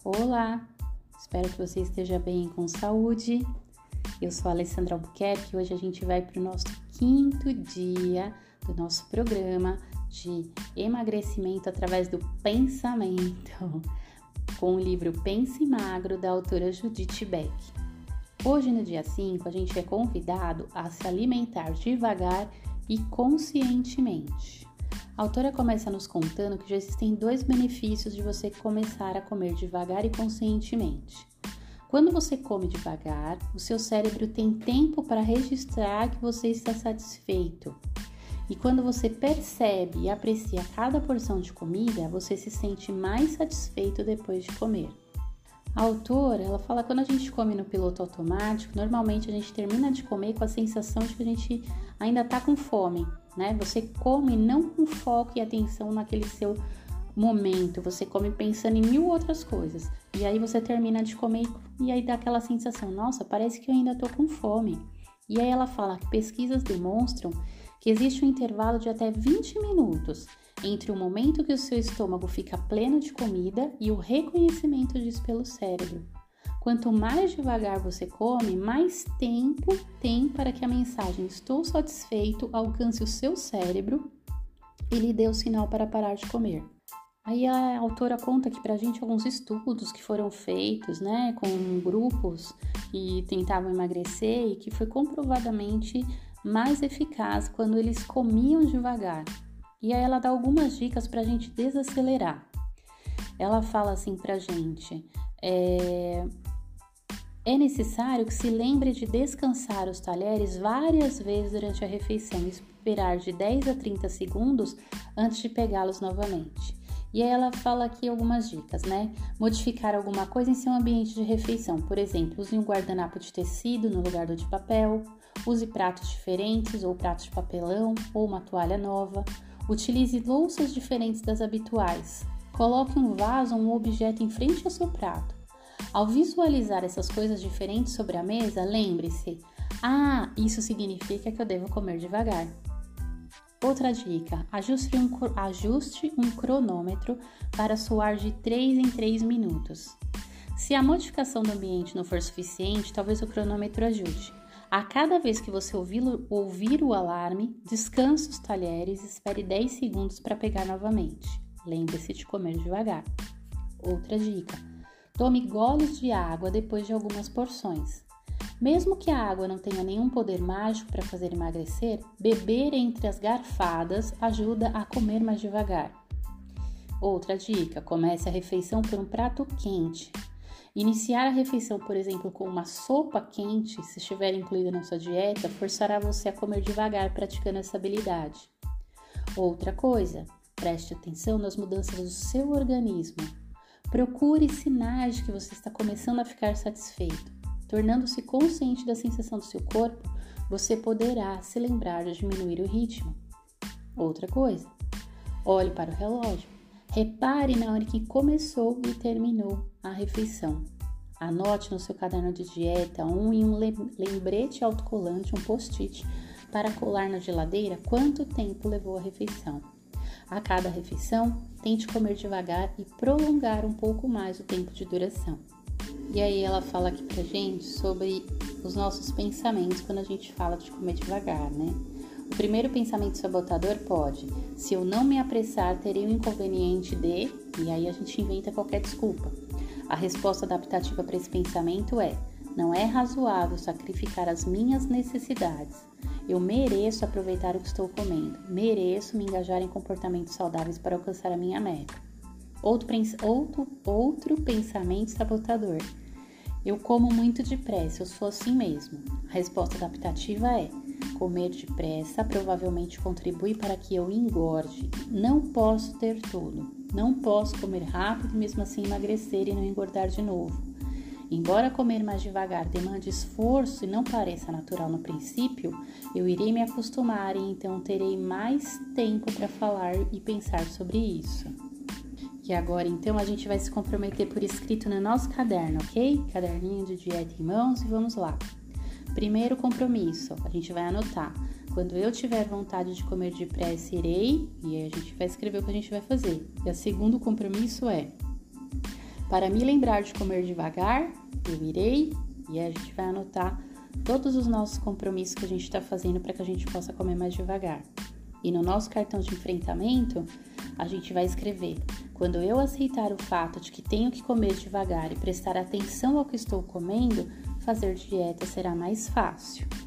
Olá, espero que você esteja bem e com saúde. Eu sou a Alessandra Albuquerque e hoje a gente vai para o nosso 5º dia do nosso programa de emagrecimento através do pensamento, com o livro Pense Magro, da autora Judith Beck. Hoje, no dia 5, a gente é convidado a se alimentar devagar e conscientemente. A autora começa nos contando que já existem 2 benefícios de você começar a comer devagar e conscientemente. Quando você come devagar, o seu cérebro tem tempo para registrar que você está satisfeito. E quando você percebe e aprecia cada porção de comida, você se sente mais satisfeito depois de comer. A autora, ela fala que quando a gente come no piloto automático, normalmente a gente termina de comer com a sensação de que a gente ainda está com fome, né? Você come não com foco e atenção naquele seu momento, você come pensando em 1000 outras coisas. E aí você termina de comer e aí dá aquela sensação, nossa, parece que eu ainda estou com fome. E aí ela fala que pesquisas demonstram que existe um intervalo de até 20 minutos entre o momento que o seu estômago fica pleno de comida e o reconhecimento disso pelo cérebro. Quanto mais devagar você come, mais tempo tem para que a mensagem "estou satisfeito" alcance o seu cérebro e lhe dê o sinal para parar de comer. Aí a autora conta aqui pra gente alguns estudos que foram feitos, né, com grupos que tentavam emagrecer e que foi comprovadamente mais eficaz quando eles comiam devagar. E aí ela dá algumas dicas pra gente desacelerar. Ela fala assim pra gente, é necessário que se lembre de descansar os talheres várias vezes durante a refeição e esperar de 10 a 30 segundos antes de pegá-los novamente. E aí ela fala aqui algumas dicas, né? Modificar alguma coisa em seu ambiente de refeição. Por exemplo, use um guardanapo de tecido no lugar do de papel, use pratos diferentes ou pratos de papelão ou uma toalha nova, utilize louças diferentes das habituais, coloque um vaso ou um objeto em frente ao seu prato. Ao visualizar essas coisas diferentes sobre a mesa, lembre-se, isso significa que eu devo comer devagar. Outra dica, ajuste um cronômetro para soar de 3 em 3 minutos. Se a modificação do ambiente não for suficiente, talvez o cronômetro ajude. A cada vez que você ouvir o alarme, descanse os talheres e espere 10 segundos para pegar novamente. Lembre-se de comer devagar. Outra dica, tome goles de água depois de algumas porções. Mesmo que a água não tenha nenhum poder mágico para fazer emagrecer, beber entre as garfadas ajuda a comer mais devagar. Outra dica, comece a refeição por um prato quente. Iniciar a refeição, por exemplo, com uma sopa quente, se estiver incluída na sua dieta, forçará você a comer devagar praticando essa habilidade. Outra coisa, preste atenção nas mudanças do seu organismo. Procure sinais de que você está começando a ficar satisfeito. Tornando-se consciente da sensação do seu corpo, você poderá se lembrar de diminuir o ritmo. Outra coisa, olhe para o relógio. Repare na hora que começou e terminou a refeição. Anote no seu caderno de dieta um lembrete autocolante, um post-it, para colar na geladeira quanto tempo levou a refeição. A cada refeição, tente comer devagar e prolongar um pouco mais o tempo de duração. E aí ela fala aqui pra gente sobre os nossos pensamentos quando a gente fala de comer devagar, né? O primeiro pensamento sabotador pode: se eu não me apressar, terei um inconveniente de... E aí a gente inventa qualquer desculpa. A resposta adaptativa para esse pensamento é: não é razoável sacrificar as minhas necessidades. Eu mereço aproveitar o que estou comendo. Mereço me engajar em comportamentos saudáveis para alcançar a minha meta. Outro pensamento sabotador: eu como muito depressa, eu sou assim mesmo. A resposta adaptativa é: comer depressa provavelmente contribui para que eu engorde. Não posso ter tudo. Não posso comer rápido e mesmo assim emagrecer e não engordar de novo. Embora comer mais devagar demande esforço e não pareça natural no princípio, eu irei me acostumar e então terei mais tempo para falar e pensar sobre isso. E agora, então, a gente vai se comprometer por escrito no nosso caderno, ok? Caderninho de dieta em mãos e vamos lá. Primeiro compromisso, a gente vai anotar. Quando eu tiver vontade de comer depressa, irei, e aí a gente vai escrever o que a gente vai fazer. E o segundo compromisso é: Para me lembrar de comer devagar, eu irei, e a gente vai anotar todos os nossos compromissos que a gente está fazendo para que a gente possa comer mais devagar. E no nosso cartão de enfrentamento, a gente vai escrever: quando eu aceitar o fato de que tenho que comer devagar e prestar atenção ao que estou comendo, fazer dieta será mais fácil.